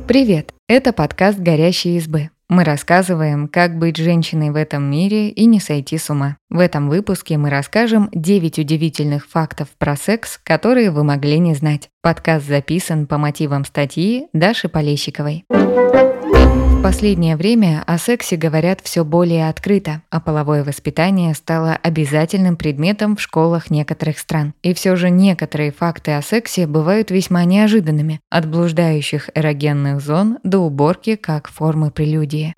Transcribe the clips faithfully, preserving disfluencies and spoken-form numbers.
Привет! Это подкаст «Горящие избы». Мы рассказываем, как быть женщиной в этом мире и не сойти с ума. В этом выпуске мы расскажем девять удивительных фактов про секс, которые вы могли не знать. Подкаст записан по мотивам статьи Даши Полещиковой. В последнее время о сексе говорят все более открыто, а половое воспитание стало обязательным предметом в школах некоторых стран. И все же некоторые факты о сексе бывают весьма неожиданными, от блуждающих эрогенных зон до уборки как формы прелюдии.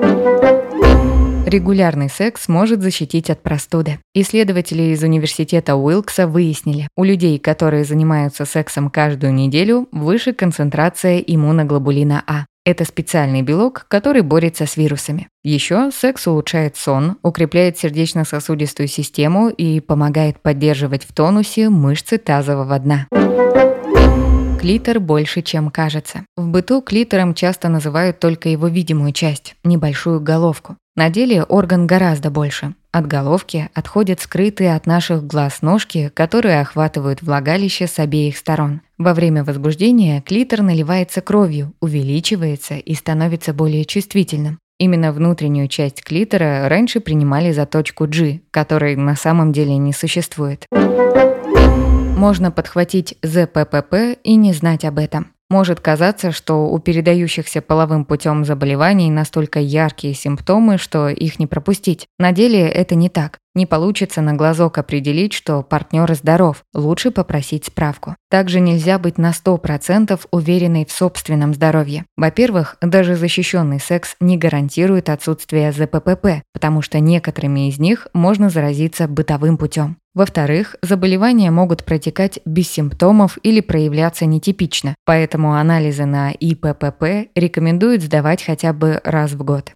Регулярный секс может защитить от простуды. Исследователи из университета Уилкса выяснили, у людей, которые занимаются сексом каждую неделю, выше концентрация иммуноглобулина А. Это специальный белок, который борется с вирусами. Еще секс улучшает сон, укрепляет сердечно-сосудистую систему и помогает поддерживать в тонусе мышцы тазового дна. Клитор больше, чем кажется. В быту клитором часто называют только его видимую часть – небольшую головку. На деле орган гораздо больше. От головки отходят скрытые от наших глаз ножки, которые охватывают влагалище с обеих сторон. Во время возбуждения клитор наливается кровью, увеличивается и становится более чувствительным. Именно внутреннюю часть клитора раньше принимали за точку G, которой на самом деле не существует. Можно подхватить зэ пэ пэ пэ и не знать об этом. Может казаться, что у передающихся половым путем заболеваний настолько яркие симптомы, что их не пропустить. На деле это не так. Не получится на глазок определить, что партнер здоров. Лучше попросить справку. Также нельзя быть на сто процентов уверенной в собственном здоровье. Во-первых, даже защищенный секс не гарантирует отсутствие зэ пэ пэ пэ, потому что некоторыми из них можно заразиться бытовым путем. Во-вторых, заболевания могут протекать без симптомов или проявляться нетипично, поэтому анализы на и пэ пэ пэ рекомендуют сдавать хотя бы раз в год.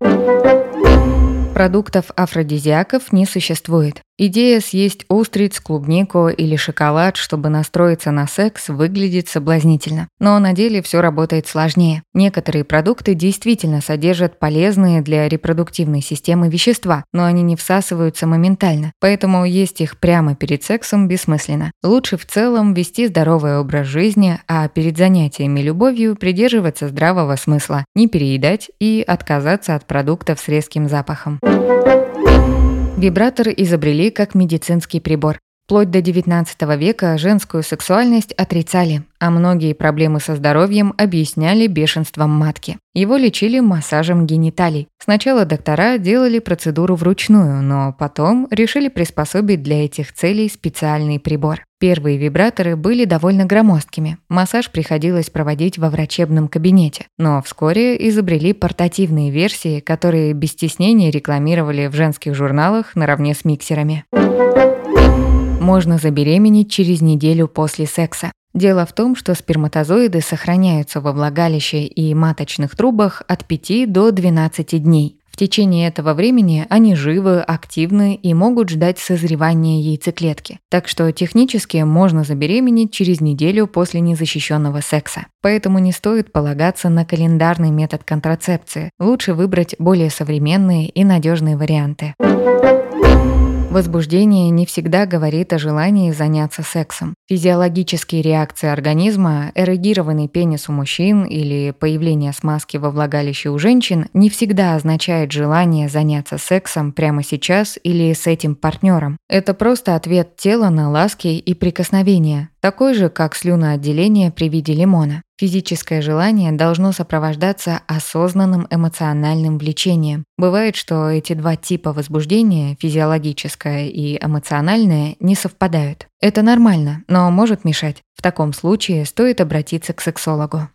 Продуктов-афродизиаков не существует. Идея съесть устриц, клубнику или шоколад, чтобы настроиться на секс, выглядит соблазнительно. Но на деле все работает сложнее. Некоторые продукты действительно содержат полезные для репродуктивной системы вещества, но они не всасываются моментально, поэтому есть их прямо перед сексом бессмысленно. Лучше в целом вести здоровый образ жизни, а перед занятиями любовью придерживаться здравого смысла, не переедать и отказаться от продуктов с резким запахом. Вибратор изобрели как медицинский прибор. Вплоть до девятнадцатого века женскую сексуальность отрицали, а многие проблемы со здоровьем объясняли бешенством матки. Его лечили массажем гениталий. Сначала доктора делали процедуру вручную, но потом решили приспособить для этих целей специальный прибор. Первые вибраторы были довольно громоздкими. Массаж приходилось проводить во врачебном кабинете. Но вскоре изобрели портативные версии, которые без стеснения рекламировали в женских журналах наравне с миксерами. Можно забеременеть через неделю после секса. Дело в том, что сперматозоиды сохраняются во влагалище и маточных трубах от пяти до двенадцати дней. В течение этого времени они живы, активны и могут ждать созревания яйцеклетки. Так что технически можно забеременеть через неделю после незащищенного секса. Поэтому не стоит полагаться на календарный метод контрацепции. Лучше выбрать более современные и надежные варианты. Возбуждение не всегда говорит о желании заняться сексом. Физиологические реакции организма, эрегированный пенис у мужчин или появление смазки во влагалище у женщин не всегда означает желание заняться сексом прямо сейчас или с этим партнером. Это просто ответ тела на ласки и прикосновения, такой же, как слюноотделение при виде лимона. Физическое желание должно сопровождаться осознанным эмоциональным влечением. Бывает, что эти два типа возбуждения, физиологическое и эмоциональное, не совпадают. Это нормально, но может мешать. В таком случае стоит обратиться к сексологу.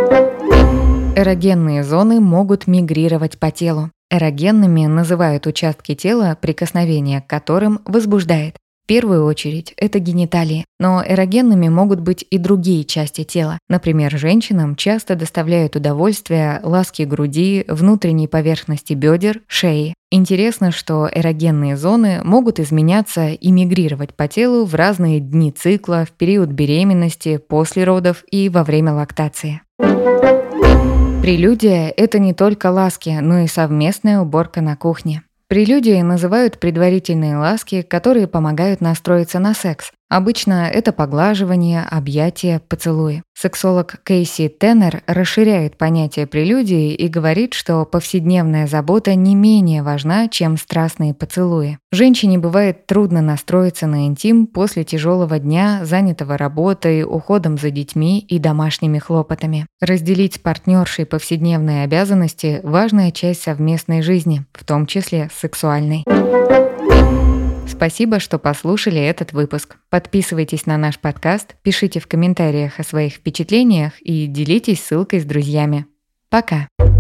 Эрогенные зоны могут мигрировать по телу. Эрогенными называют участки тела, прикосновение к которым возбуждает. В первую очередь это гениталии, но эрогенными могут быть и другие части тела. Например, женщинам часто доставляют удовольствие ласки груди, внутренней поверхности бедер, шеи. Интересно, что эрогенные зоны могут изменяться и мигрировать по телу в разные дни цикла, в период беременности, после родов и во время лактации. Прелюдия – это не только ласки, но и совместная уборка на кухне. Прелюдией называют предварительные ласки, которые помогают настроиться на секс, Обычно это поглаживание, объятия, поцелуи. Сексолог Кейси Теннер расширяет понятие прелюдии и говорит, что повседневная забота не менее важна, чем страстные поцелуи. Женщине бывает трудно настроиться на интим после тяжелого дня, занятого работой, уходом за детьми и домашними хлопотами. Разделить с партнершей повседневные обязанности – важная часть совместной жизни, в том числе сексуальной. Спасибо, что послушали этот выпуск. Подписывайтесь на наш подкаст, пишите в комментариях о своих впечатлениях и делитесь ссылкой с друзьями. Пока!